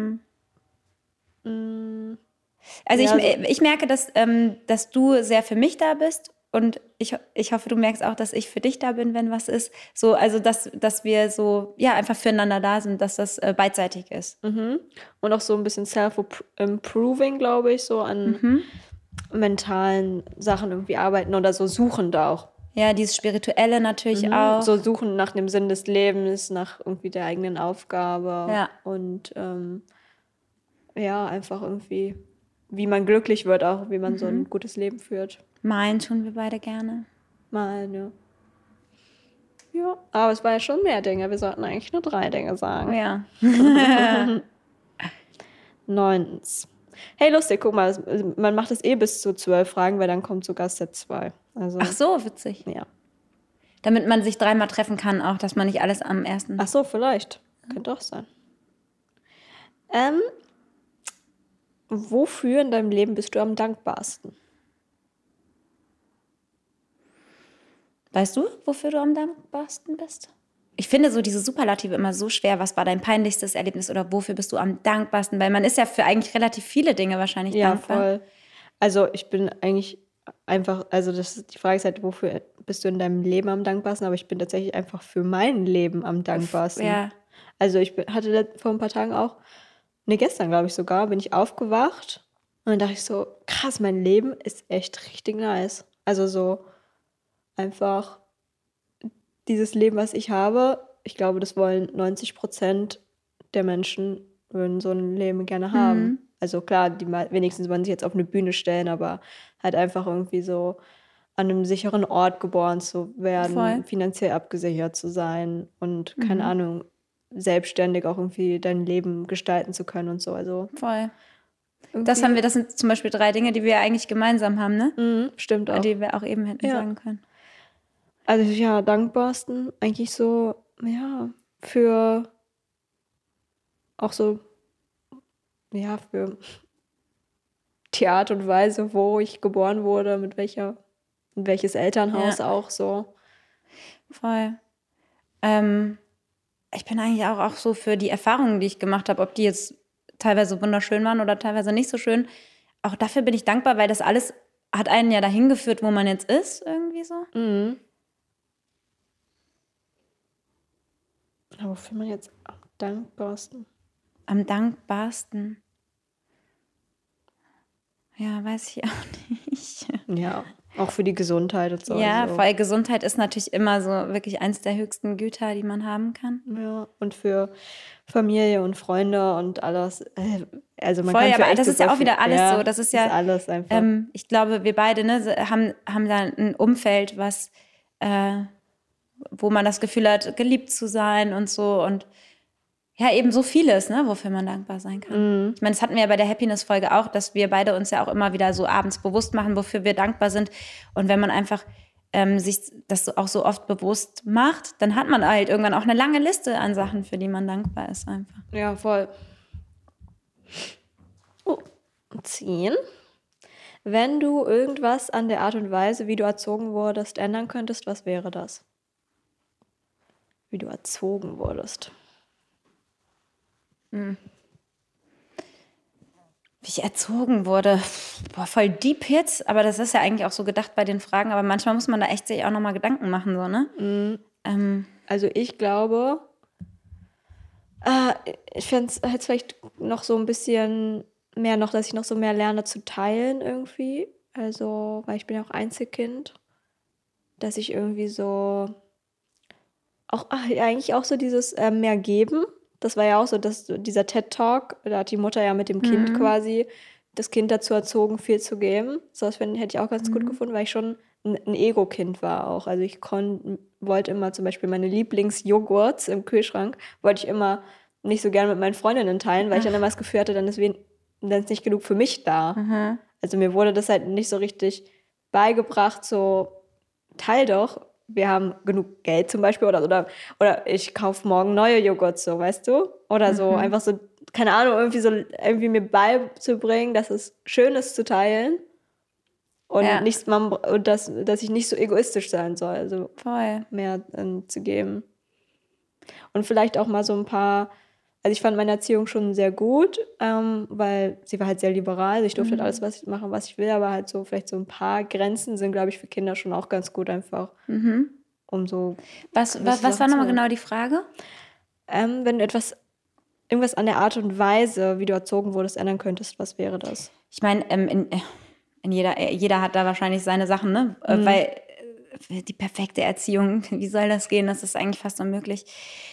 Also Ja, ich merke, dass du sehr für mich da bist und ich hoffe, du merkst auch, dass ich für dich da bin, wenn was ist. So, also dass wir so ja einfach füreinander da sind, dass das beidseitig ist. Und auch so ein bisschen self-improving, glaube ich, so an mentalen Sachen irgendwie arbeiten oder so suchend auch. Ja, dieses Spirituelle natürlich auch. So suchen nach dem Sinn des Lebens, nach irgendwie der eigenen Aufgabe. Ja. Und ja, einfach irgendwie, wie man glücklich wird, auch wie man so ein gutes Leben führt. Malen tun wir beide gerne. Malen, ja. Ja, aber es war ja schon mehr Dinge. Wir sollten eigentlich nur 3 Dinge sagen. Ja. 9. Hey, lustig, guck mal, man macht es bis zu 12 Fragen, weil dann kommt sogar Set 2. Also, Ach so, witzig. ja. Damit man sich 3-mal treffen kann, auch, dass man nicht alles am ersten. Ach so, vielleicht. Könnte auch sein. Wofür in deinem Leben bist du am dankbarsten? Weißt du, wofür du am dankbarsten bist? Ich finde so diese Superlative immer so schwer. Was war dein peinlichstes Erlebnis oder wofür bist du am dankbarsten? Weil man ist ja für eigentlich relativ viele Dinge wahrscheinlich dankbar. Ja, voll. Also ich bin eigentlich einfach, also die Frage ist halt, wofür bist du in deinem Leben am dankbarsten? Aber ich bin tatsächlich einfach für mein Leben am dankbarsten. Ja. Also ich hatte vor ein paar Tagen auch, gestern glaube ich sogar, bin ich aufgewacht und dann dachte ich so, krass, mein Leben ist echt richtig nice. Also so einfach dieses Leben, was ich habe, ich glaube, das wollen 90% der Menschen, würden so ein Leben gerne haben. Also klar, die wenigstens wollen sich jetzt auf eine Bühne stellen, aber halt einfach irgendwie so an einem sicheren Ort geboren zu werden, Voll. finanziell abgesichert zu sein und, keine Ahnung, selbstständig auch irgendwie dein Leben gestalten zu können und so. Also Voll. irgendwie- Das sind zum Beispiel 3 Dinge, die wir eigentlich gemeinsam haben, ne? Stimmt auch. Die wir auch eben hätten Ja. sagen können. Also ja, dankbarsten eigentlich so, ja, für auch so, ja, für die Art und Weise, wo ich geboren wurde, in welches Elternhaus Ja. auch so. Voll. Ich bin eigentlich auch so für die Erfahrungen, die ich gemacht habe, ob die jetzt teilweise wunderschön waren oder teilweise nicht so schön. Auch dafür bin ich dankbar, weil das alles hat einen ja dahin geführt, wo man jetzt ist, irgendwie so. Aber wofür man jetzt am dankbarsten? Am dankbarsten. Ja, weiß ich auch nicht. Ja, auch für die Gesundheit und so. Ja, also. voll. Gesundheit ist natürlich immer so wirklich eins der höchsten Güter, die man haben kann. Ja, und für Familie und Freunde und alles. Also man Voll, kann für aber echt das ist super ja auch wieder viel- alles so. Das ist ja alles einfach. Ich glaube, wir beide haben da ein Umfeld, wo man das Gefühl hat, geliebt zu sein und so. Und ja, eben so vieles, ne, wofür man dankbar sein kann. Ich meine, das hatten wir ja bei der Happiness-Folge auch, dass wir beide uns ja auch immer wieder so abends bewusst machen, wofür wir dankbar sind. Und wenn man einfach sich das auch so oft bewusst macht, dann hat man halt irgendwann auch eine lange Liste an Sachen, für die man dankbar ist einfach. Ja, voll. Oh, 10. Wenn du irgendwas an der Art und Weise, wie du erzogen wurdest, ändern könntest, was wäre das? Wie du erzogen wurdest. Wie ich erzogen wurde. Boah, voll deep jetzt, aber das ist ja eigentlich auch so gedacht bei den Fragen, aber manchmal muss man da echt sich auch nochmal Gedanken machen, so, ne? Also ich glaube, ich fände es jetzt vielleicht noch so ein bisschen mehr noch, dass ich noch so mehr lerne zu teilen irgendwie. Also, weil ich bin ja auch Einzelkind, dass ich irgendwie so auch eigentlich auch so dieses mehr geben. Das war ja auch so, dieser TED-Talk, da hat die Mutter ja mit dem Kind quasi das Kind dazu erzogen, viel zu geben. So was hätte ich auch ganz gut gefunden, weil ich schon ein Ego-Kind war auch. Also ich wollte immer zum Beispiel meine Lieblingsjoghurts im Kühlschrank, wollte ich immer nicht so gerne mit meinen Freundinnen teilen, weil ich dann immer das Gefühl hatte, dann ist nicht genug für mich da. Also mir wurde das halt nicht so richtig beigebracht, so teil doch. Wir haben genug Geld zum Beispiel oder ich kaufe morgen neue Joghurt, so, weißt du? Oder so, einfach so, keine Ahnung, irgendwie mir beizubringen, dass es schön ist zu teilen und dass ich nicht so egoistisch sein soll, also Voll. mehr zu geben. Und vielleicht auch mal so ein paar, also ich fand meine Erziehung schon sehr gut, weil sie war halt sehr liberal, also ich durfte halt alles machen, was ich will, aber halt so vielleicht so ein paar Grenzen sind, glaube ich, für Kinder schon auch ganz gut einfach. Um so Was war nochmal genau die Frage? wenn du irgendwas an der Art und Weise, wie du erzogen wurdest, ändern könntest, was wäre das? Ich meine, jeder hat da wahrscheinlich seine Sachen, ne? Weil die perfekte Erziehung, wie soll das gehen? Das ist eigentlich fast unmöglich.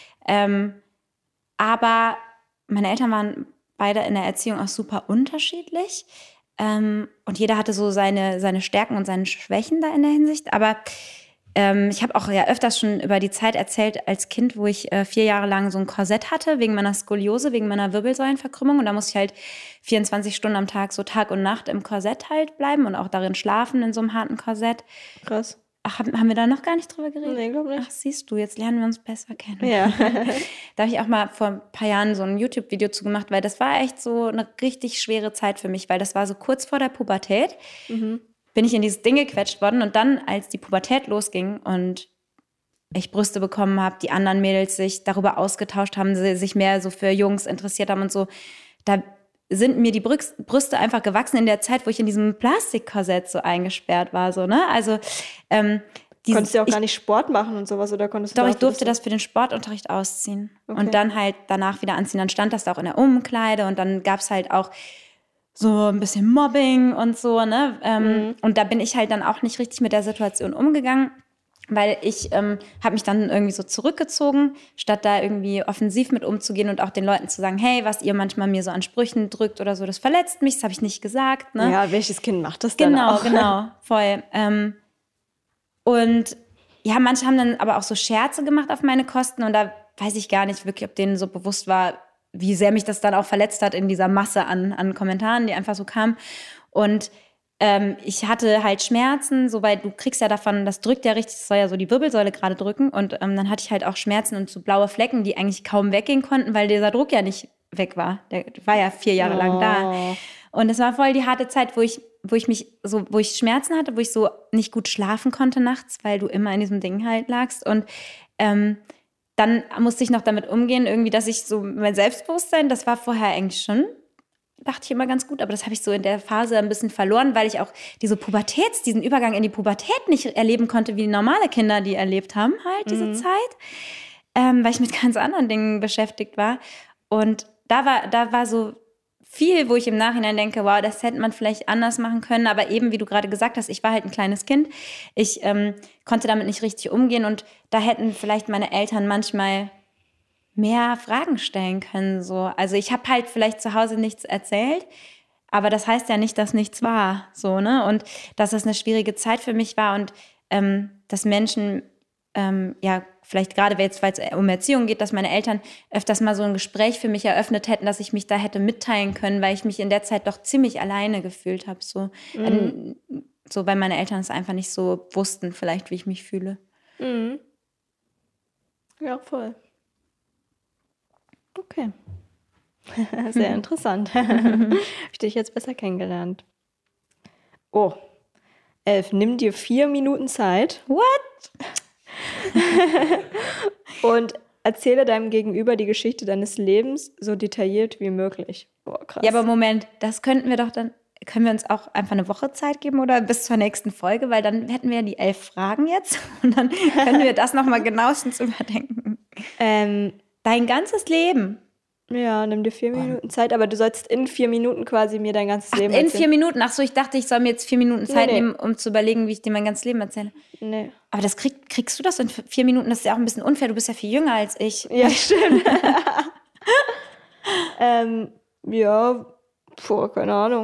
Aber meine Eltern waren beide in der Erziehung auch super unterschiedlich. Und jeder hatte so seine Stärken und seine Schwächen da in der Hinsicht. Aber ich habe auch ja öfters schon über die Zeit erzählt als Kind, wo ich 4 Jahre lang so ein Korsett hatte, wegen meiner Skoliose, wegen meiner Wirbelsäulenverkrümmung. Und da musste ich halt 24 Stunden am Tag, so Tag und Nacht im Korsett halt bleiben und auch darin schlafen in so einem harten Korsett. Krass. Ach, haben wir da noch gar nicht drüber geredet? Nee, glaube nicht. Ach, siehst du, jetzt lernen wir uns besser kennen. Ja. Da habe ich auch mal vor ein paar Jahren so ein YouTube-Video zu gemacht, weil das war echt so eine richtig schwere Zeit für mich, weil das war so kurz vor der Pubertät. Bin ich in dieses Ding gequetscht worden und dann, als die Pubertät losging und ich Brüste bekommen habe, die anderen Mädels sich darüber ausgetauscht haben, sie sich mehr so für Jungs interessiert haben und so, da sind mir die Brüste einfach gewachsen in der Zeit, wo ich in diesem Plastikkorsett so eingesperrt war, so, ne? Also, konntest du auch gar nicht Sport machen und sowas, oder konntest du? Doch, ich durfte das für den Sportunterricht ausziehen. Okay. Und dann halt danach wieder anziehen. Dann stand das da auch in der Umkleide und dann gab es halt auch so ein bisschen Mobbing und so, ne? Und da bin ich halt dann auch nicht richtig mit der Situation umgegangen, weil ich habe mich dann irgendwie so zurückgezogen, statt da irgendwie offensiv mit umzugehen und auch den Leuten zu sagen, hey, was ihr manchmal mir so an Sprüchen drückt oder so, das verletzt mich, das habe ich nicht gesagt. Ne? Ja, welches Kind macht das dann auch? Genau, voll. Und ja, manche haben dann aber auch so Scherze gemacht auf meine Kosten und da weiß ich gar nicht wirklich, ob denen so bewusst war, wie sehr mich das dann auch verletzt hat in dieser Masse an Kommentaren, die einfach so kamen. Und ich hatte halt Schmerzen, so, weil du kriegst ja davon, das drückt ja richtig, das soll ja so die Wirbelsäule gerade drücken. Und dann hatte ich halt auch Schmerzen und so blaue Flecken, die eigentlich kaum weggehen konnten, weil dieser Druck ja nicht weg war. Der war ja 4 Jahre lang da. Und es war voll die harte Zeit, wo ich Schmerzen hatte, wo ich so nicht gut schlafen konnte nachts, weil du immer in diesem Ding halt lagst. Und dann musste ich noch damit umgehen, irgendwie, dass ich so mein Selbstbewusstsein, das war vorher eigentlich schon, dachte ich immer ganz gut, aber das habe ich so in der Phase ein bisschen verloren, weil ich auch diesen Übergang in die Pubertät nicht erleben konnte, wie normale Kinder die erlebt haben, halt diese Zeit, weil ich mit ganz anderen Dingen beschäftigt war. Und da war so viel, wo ich im Nachhinein denke, wow, das hätte man vielleicht anders machen können, aber eben, wie du gerade gesagt hast, ich war halt ein kleines Kind, ich konnte damit nicht richtig umgehen und da hätten vielleicht meine Eltern manchmal mehr Fragen stellen können. So. Also ich habe halt vielleicht zu Hause nichts erzählt, aber das heißt ja nicht, dass nichts war. So, ne? Und dass das eine schwierige Zeit für mich war und dass Menschen, ja, vielleicht gerade, weil es um Erziehung geht, dass meine Eltern öfters mal so ein Gespräch für mich eröffnet hätten, dass ich mich da hätte mitteilen können, weil ich mich in der Zeit doch ziemlich alleine gefühlt habe. So, so, weil meine Eltern es einfach nicht so wussten, vielleicht, wie ich mich fühle. Ja, voll. Okay. Sehr interessant. Habe ich dich jetzt besser kennengelernt. Oh, 11. Nimm dir 4 Minuten Zeit. What? Und erzähle deinem Gegenüber die Geschichte deines Lebens so detailliert wie möglich. Boah, krass. Ja, aber Moment, das könnten wir doch dann, können wir uns auch einfach eine Woche Zeit geben oder bis zur nächsten Folge, weil dann hätten wir ja die 11 Fragen jetzt und dann können wir das nochmal genauestens überdenken. Dein ganzes Leben. Ja, nimm dir 4 Minuten Zeit, aber du sollst in 4 Minuten quasi mir dein ganzes Leben erzählen. In 4 Minuten? Ach so, ich dachte, ich soll mir jetzt 4 Minuten Zeit nehmen, um zu überlegen, wie ich dir mein ganzes Leben erzähle. Nee. Aber das kriegst du das in 4 Minuten? Das ist ja auch ein bisschen unfair. Du bist ja viel jünger als ich. Ja, stimmt. Ja, keine Ahnung.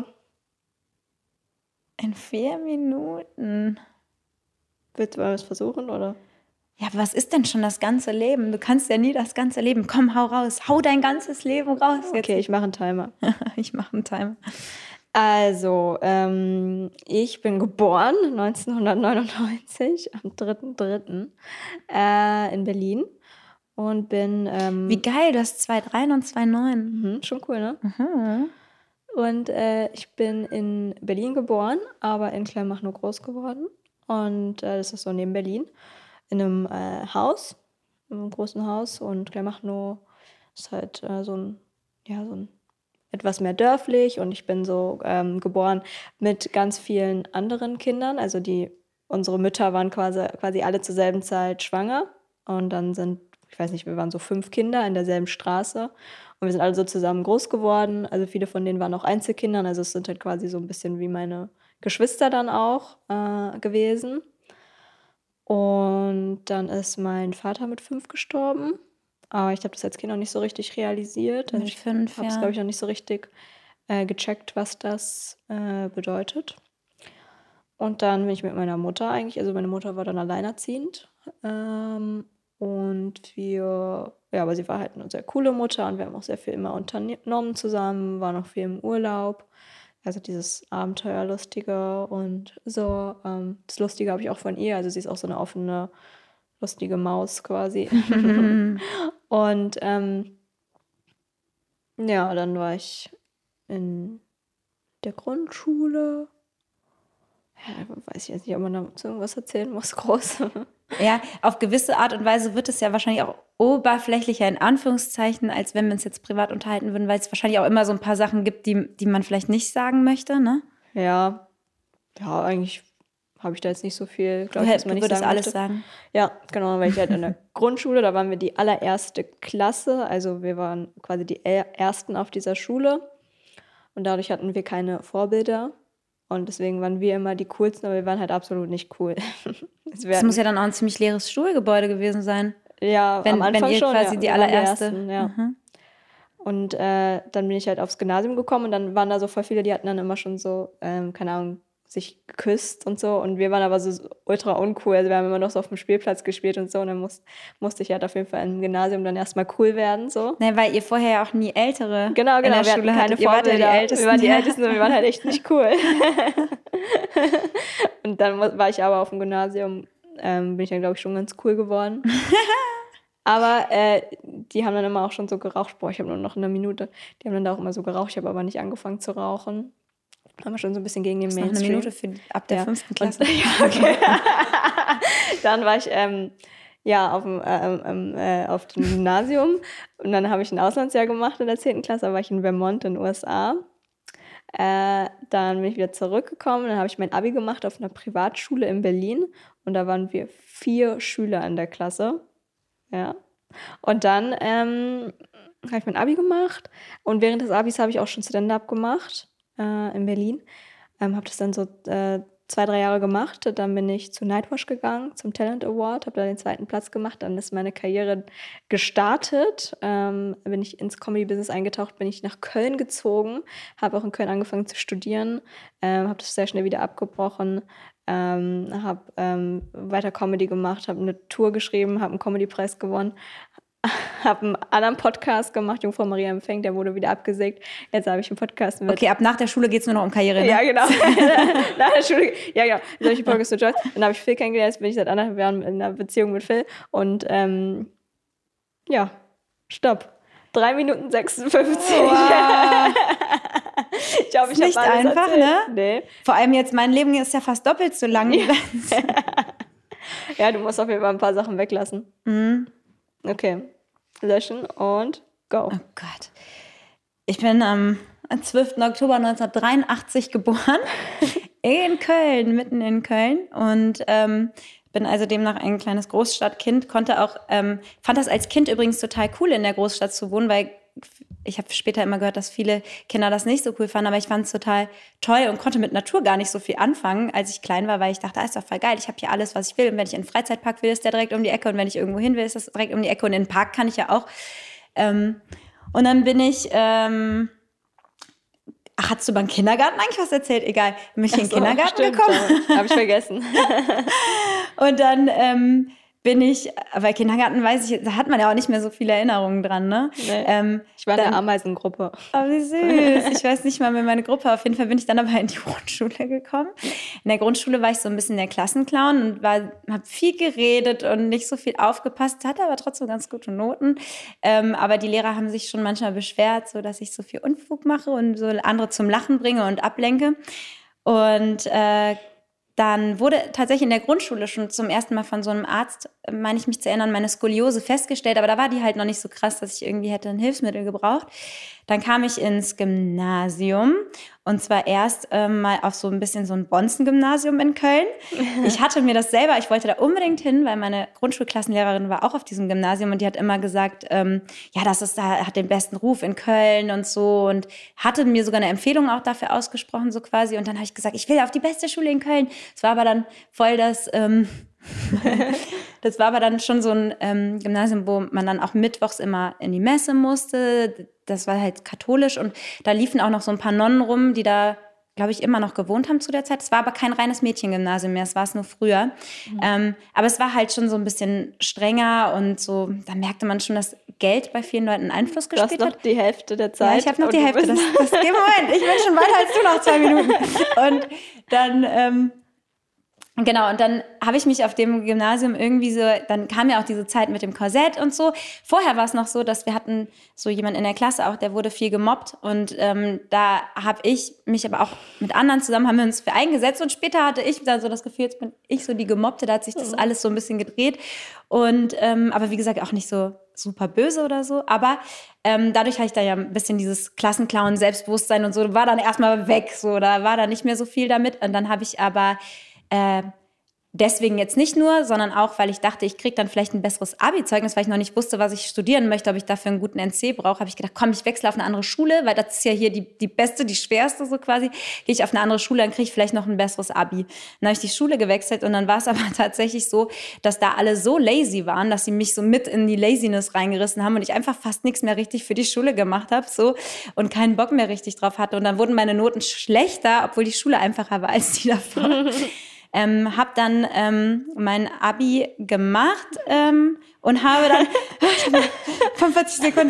In 4 Minuten? Willst du mal was versuchen, oder? Ja, aber was ist denn schon das ganze Leben? Du kannst ja nie das ganze Leben. Komm, hau raus. Hau dein ganzes Leben raus. Okay, ich mache einen Timer. Ich mache einen Timer. Also, ich bin geboren 1999 am 3.3. In Berlin und bin... Wie geil, du hast 2,3 und 2,9. Schon cool, ne? Und ich bin in Berlin geboren, aber in Kleinmachnow groß geworden. Und das ist so neben Berlin, in einem Haus, in einem großen Haus. Und Kleinmachnow ist halt so ein etwas mehr dörflich. Und ich bin so geboren mit ganz vielen anderen Kindern. Also unsere Mütter waren quasi alle zur selben Zeit schwanger. Und dann ich weiß nicht, wir waren so 5 Kinder in derselben Straße. Und wir sind alle so zusammen groß geworden. Also viele von denen waren auch Einzelkinder. Also es sind halt quasi so ein bisschen wie meine Geschwister dann auch gewesen. Und dann ist mein Vater mit 5 gestorben. Aber ich habe das als Kind noch nicht so richtig realisiert. Also Mit 5, ich habe es, glaube ich, noch nicht so richtig gecheckt, was das bedeutet. Und dann bin ich mit meiner Mutter eigentlich, also meine Mutter war dann alleinerziehend. Und aber sie war halt eine sehr coole Mutter und wir haben auch sehr viel immer unternommen zusammen, waren auch viel im Urlaub. Also dieses Abenteuerlustige und so. Das Lustige habe ich auch von ihr, also sie ist auch so eine offene, lustige Maus quasi. Und dann war ich in der Grundschule. Ja, weiß ich jetzt nicht, ob man dazu irgendwas erzählen muss, groß. Ja, auf gewisse Art und Weise wird es ja wahrscheinlich auch oberflächlicher in Anführungszeichen, als wenn wir uns jetzt privat unterhalten würden, weil es wahrscheinlich auch immer so ein paar Sachen gibt, die man vielleicht nicht sagen möchte, ne? Ja, eigentlich habe ich da jetzt nicht so viel, glaube ich, dass man nicht sagen alles möchte. sagen. Ja, genau, weil ich halt in der Grundschule, da waren wir die allererste Klasse, also wir waren quasi die Ersten auf dieser Schule und dadurch hatten wir keine Vorbilder. Und deswegen waren wir immer die Coolsten, aber wir waren halt absolut nicht cool. Das muss ja dann auch ein ziemlich leeres Schulgebäude gewesen sein. Ja, am Anfang wenn ihr schon. quasi die allererste. Ersten, ja. Und dann bin ich halt aufs Gymnasium gekommen und dann waren da so voll viele, die hatten dann immer schon so, keine Ahnung, sich geküsst und so. Und wir waren aber so ultra uncool. Also wir haben immer noch so auf dem Spielplatz gespielt und so. Und dann musste ich halt auf jeden Fall im Gymnasium dann erstmal cool werden. So. Ne, weil ihr vorher ja auch nie Ältere genau, in der wir Schule hatten keine Vorbilder. Wir waren die Ältesten und wir waren halt echt nicht cool. Und dann war ich aber auf dem Gymnasium, bin ich dann, glaube ich, schon ganz cool geworden. Aber die haben dann immer auch schon so geraucht. Boah, ich habe nur noch eine Minute. Die haben dann da auch immer so geraucht. Ich habe aber nicht angefangen zu rauchen. Haben wir schon so ein bisschen gegen den Mainstream. Noch eine Minute ab der 5. Klasse. Ja, okay. Dann war ich auf dem Gymnasium und dann habe ich ein Auslandsjahr gemacht in der 10. Klasse. Da war ich in Vermont in den USA. Dann bin ich wieder zurückgekommen. Dann habe ich mein Abi gemacht auf einer Privatschule in Berlin und da waren wir 4 Schüler in der Klasse. Ja. Und dann habe ich mein Abi gemacht und während des Abis habe ich auch schon Stand-up gemacht. In Berlin. Habe das dann so 2-3 Jahre gemacht. Dann bin ich zu Nightwash gegangen, zum Talent Award, habe da den 2. Platz gemacht. Dann ist meine Karriere gestartet. Bin ich ins Comedy-Business eingetaucht, bin ich nach Köln gezogen, habe auch in Köln angefangen zu studieren, habe das sehr schnell wieder abgebrochen, habe weiter Comedy gemacht, habe eine Tour geschrieben, habe einen Comedy-Preis gewonnen, habe einen anderen Podcast gemacht, Jungfrau Maria empfängt, der wurde wieder abgesägt. Jetzt habe ich einen Podcast mit... Okay, ab nach der Schule geht es nur noch um Karriere, ne? Ja, genau. Nach der Schule, ja, genau. Jetzt habe ich einen Podcast mit Joyce. Dann habe ich Phil kennengelernt, jetzt bin ich seit 1,5 Jahren in einer Beziehung mit Phil. Und stopp. 3 Minuten 56. Wow. Ich hoffe, ich nicht habe alles einfach, erzählt. ne? Nee. Vor allem jetzt, mein Leben ist ja fast doppelt so lang. Ja, du musst auf jeden Fall ein paar Sachen weglassen. Okay. Löschen und go. Oh Gott. Ich bin am 12. Oktober 1983 geboren. In Köln, mitten in Köln. Und bin also demnach ein kleines Großstadtkind. Fand das als Kind übrigens total cool, in der Großstadt zu wohnen, weil ich habe später immer gehört, dass viele Kinder das nicht so cool fanden, aber ich fand es total toll und konnte mit Natur gar nicht so viel anfangen, als ich klein war, weil ich dachte, ist doch voll geil, ich habe hier alles, was ich will. Und wenn ich in den Freizeitpark will, ist der direkt um die Ecke. Und wenn ich irgendwo hin will, ist das direkt um die Ecke. Und in den Park kann ich ja auch. Und dann bin ich... hast du beim Kindergarten eigentlich was erzählt? Egal, bin ich in den Kindergarten gekommen. Habe ich vergessen. Und dann bei Kindergarten weiß ich, da hat man ja auch nicht mehr so viele Erinnerungen dran, ne? Nee. Ich war in der Ameisengruppe. Oh, wie süß. Ich weiß nicht mal mehr meine Gruppe. Auf jeden Fall bin ich dann aber in die Grundschule gekommen. In der Grundschule war ich so ein bisschen der Klassenclown und habe viel geredet und nicht so viel aufgepasst, hatte aber trotzdem ganz gute Noten. Aber die Lehrer haben sich schon manchmal beschwert, so dass ich so viel Unfug mache und so andere zum Lachen bringe und ablenke. Und dann wurde tatsächlich in der Grundschule schon zum ersten Mal von so einem Arzt, meine ich mich zu erinnern, meine Skoliose festgestellt. Aber da war die halt noch nicht so krass, dass ich irgendwie hätte ein Hilfsmittel gebraucht. Dann kam ich ins Gymnasium und zwar erst mal auf so ein bisschen so ein Bonzen-Gymnasium in Köln. Ich hatte mir das selber, ich wollte da unbedingt hin, weil meine Grundschulklassenlehrerin war auch auf diesem Gymnasium und die hat immer gesagt, ja, das ist da, hat den besten Ruf in Köln und so und hatte mir sogar eine Empfehlung auch dafür ausgesprochen, so quasi. Und dann habe ich gesagt, ich will auf die beste Schule in Köln. Es war aber dann voll das... das war aber dann schon so ein Gymnasium, wo man dann auch mittwochs immer in die Messe musste. Das war halt katholisch und da liefen auch noch so ein paar Nonnen rum, die da, glaube ich, immer noch gewohnt haben zu der Zeit. Es war aber kein reines Mädchengymnasium mehr, es war es nur früher. Aber es war halt schon so ein bisschen strenger und so, da merkte man schon, dass Geld bei vielen Leuten Einfluss gespielt hat. Du hast noch die Hälfte der Zeit. Ja, ich habe noch die Hälfte. Moment, ich bin schon weiter als du nach 2 Minuten. Und dann... Genau, und dann habe ich mich auf dem Gymnasium irgendwie so, dann kam ja auch diese Zeit mit dem Korsett und so. Vorher war es noch so, dass wir hatten so jemanden in der Klasse auch, der wurde viel gemobbt und da habe ich mich aber auch mit anderen zusammen, haben wir uns für eingesetzt und später hatte ich dann so das Gefühl, jetzt bin ich so die Gemobbte, da hat sich das alles so ein bisschen gedreht und aber wie gesagt auch nicht so super böse oder so, aber dadurch hatte ich da ja ein bisschen dieses Klassenclown, Selbstbewusstsein und so, war dann erstmal weg, so, da war da nicht mehr so viel damit und dann habe ich aber deswegen jetzt nicht nur, sondern auch, weil ich dachte, ich kriege dann vielleicht ein besseres Abi-Zeugnis, weil ich noch nicht wusste, was ich studieren möchte, ob ich dafür einen guten NC brauche, habe ich gedacht, komm, ich wechsle auf eine andere Schule, weil das ist ja hier die beste, die schwerste so quasi. Gehe ich auf eine andere Schule, dann kriege ich vielleicht noch ein besseres Abi. Dann habe ich die Schule gewechselt und dann war es aber tatsächlich so, dass da alle so lazy waren, dass sie mich so mit in die Laziness reingerissen haben und ich einfach fast nichts mehr richtig für die Schule gemacht habe so und keinen Bock mehr richtig drauf hatte. Und dann wurden meine Noten schlechter, obwohl die Schule einfacher war als die davor. Habe dann mein Abi gemacht und habe dann 45 Sekunden,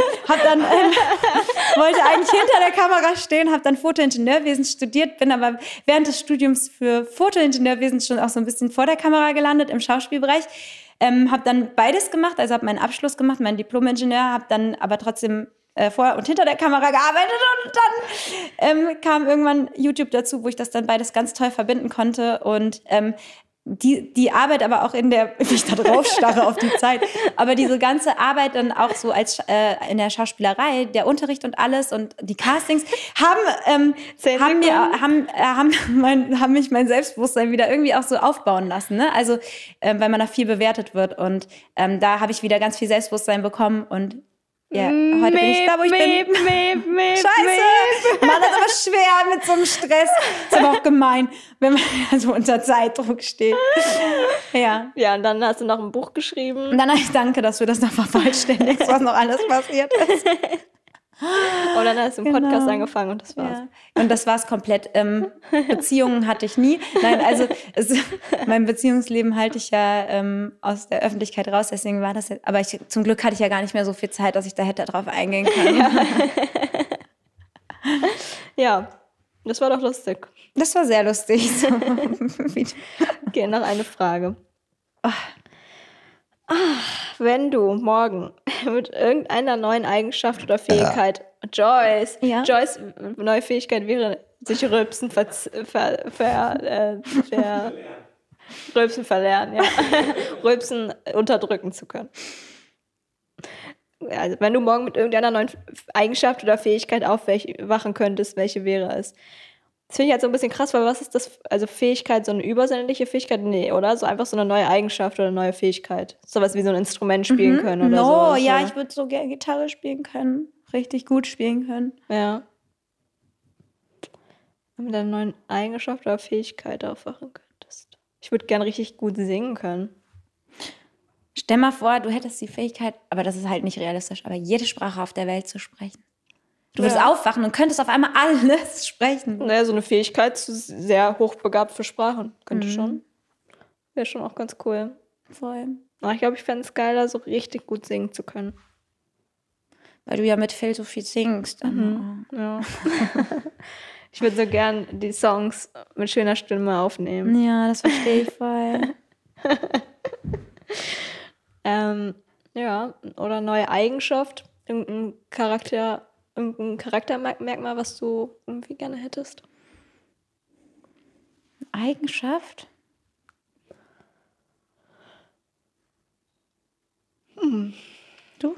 wollte eigentlich hinter der Kamera stehen, habe dann Fotoingenieurwesen studiert, bin aber während des Studiums für Fotoingenieurwesen schon auch so ein bisschen vor der Kamera gelandet im Schauspielbereich. Habe dann beides gemacht, also habe meinen Abschluss gemacht, meinen Diplom-Ingenieur, habe dann aber trotzdem vor und hinter der Kamera gearbeitet und dann kam irgendwann YouTube dazu, wo ich das dann beides ganz toll verbinden konnte und die Arbeit aber auch in der, wie ich da drauf starre auf die Zeit, aber diese ganze Arbeit dann auch so als in der Schauspielerei, der Unterricht und alles und die Castings haben mich mein Selbstbewusstsein wieder irgendwie auch so aufbauen lassen, ne? Also weil man da viel bewertet wird und da habe ich wieder ganz viel Selbstbewusstsein bekommen und ja, heute bin ich da, wo ich bin. Scheiße! Mann, das ist aber schwer mit so einem Stress. Ist aber auch gemein, wenn man so unter Zeitdruck steht. Ja. Ja, und dann hast du noch ein Buch geschrieben. Und dann danke, dass du das noch vervollständigst, was noch alles passiert ist. Und dann hast du einen Podcast angefangen und das war's. Ja. Und das war's komplett. Beziehungen hatte ich nie. Nein, also mein Beziehungsleben halte ich ja aus der Öffentlichkeit raus, deswegen war das jetzt, aber zum Glück hatte ich ja gar nicht mehr so viel Zeit, dass ich da hätte drauf eingehen können. Ja. Ja, das war doch lustig. Das war sehr lustig. So. Okay, noch eine Frage. Wenn du morgen mit irgendeiner neuen Eigenschaft oder Fähigkeit, Joyce, neue Fähigkeit wäre, sich Rülpsen Rülpsen verlernen, ja. Rülpsen unterdrücken zu können. Also, wenn du morgen mit irgendeiner neuen Eigenschaft oder Fähigkeit aufwachen könntest, welche wäre es? Das finde ich halt so ein bisschen krass, weil was ist das? Also Fähigkeit, so eine übersinnliche Fähigkeit? Nee, oder? So einfach so eine neue Eigenschaft oder eine neue Fähigkeit. Sowas wie so ein Instrument spielen können oder so. Oh, ja, ich würde so gerne Gitarre spielen können. Richtig gut spielen können. Ja. Wenn du mit einer neuen Eigenschaft oder Fähigkeit aufwachen könntest. Ich würde gerne richtig gut singen können. Stell mal vor, du hättest die Fähigkeit, aber das ist halt nicht realistisch, aber jede Sprache auf der Welt zu sprechen. Du würdest aufwachen und könntest auf einmal alles sprechen. Naja, so eine Fähigkeit, sehr hochbegabt für Sprachen. Könnte schon. Wäre schon auch ganz cool. Voll. Aber ich glaube, ich fände es geiler, so richtig gut singen zu können. Weil du ja mit Phil so viel singst. Ja. Ich würde so gern die Songs mit schöner Stimme aufnehmen. Ja, das verstehe ich voll. Ja, oder neue Eigenschaft, irgendein Charaktermerkmal, was du irgendwie gerne hättest. Eigenschaft? Du?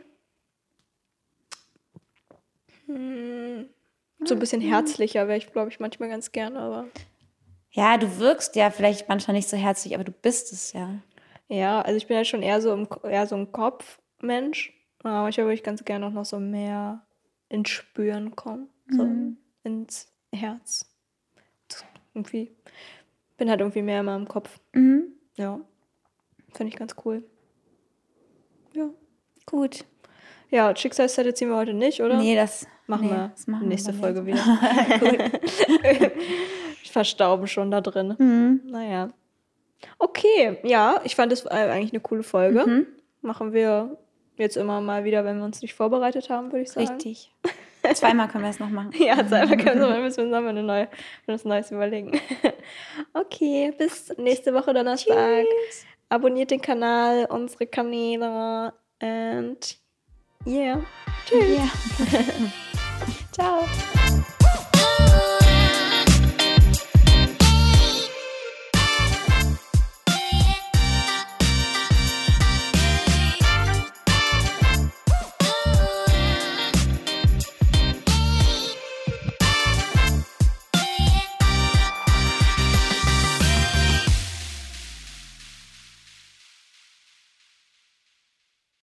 So ein bisschen herzlicher wäre ich, glaube ich, manchmal ganz gerne, aber. Ja, du wirkst ja vielleicht manchmal nicht so herzlich, aber du bist es ja. Ja, also ich bin halt schon eher so ein Kopfmensch. Aber manchmal würde ich ganz gerne auch noch so mehr ins Spüren kommen. So ins Herz. Irgendwie. Bin halt irgendwie mehr in meinem Kopf. Ja. Finde ich ganz cool. Ja. Gut. Ja, Schicksalszettel ziehen wir heute nicht, oder? Nee, das machen wir nächste beim Folge nächsten wieder. Ich verstauben schon da drin. Naja. Okay, ja, ich fand das eigentlich eine coole Folge. Machen wir jetzt immer mal wieder, wenn wir uns nicht vorbereitet haben, würde ich sagen. Richtig. Zweimal können wir es noch machen. Ja, zweimal können wir es zusammen was Neues überlegen. Okay, bis nächste Woche Donnerstag. Tschüss. Abonniert den Kanal, unsere Kanäle and yeah. Tschüss. Ja. Ciao.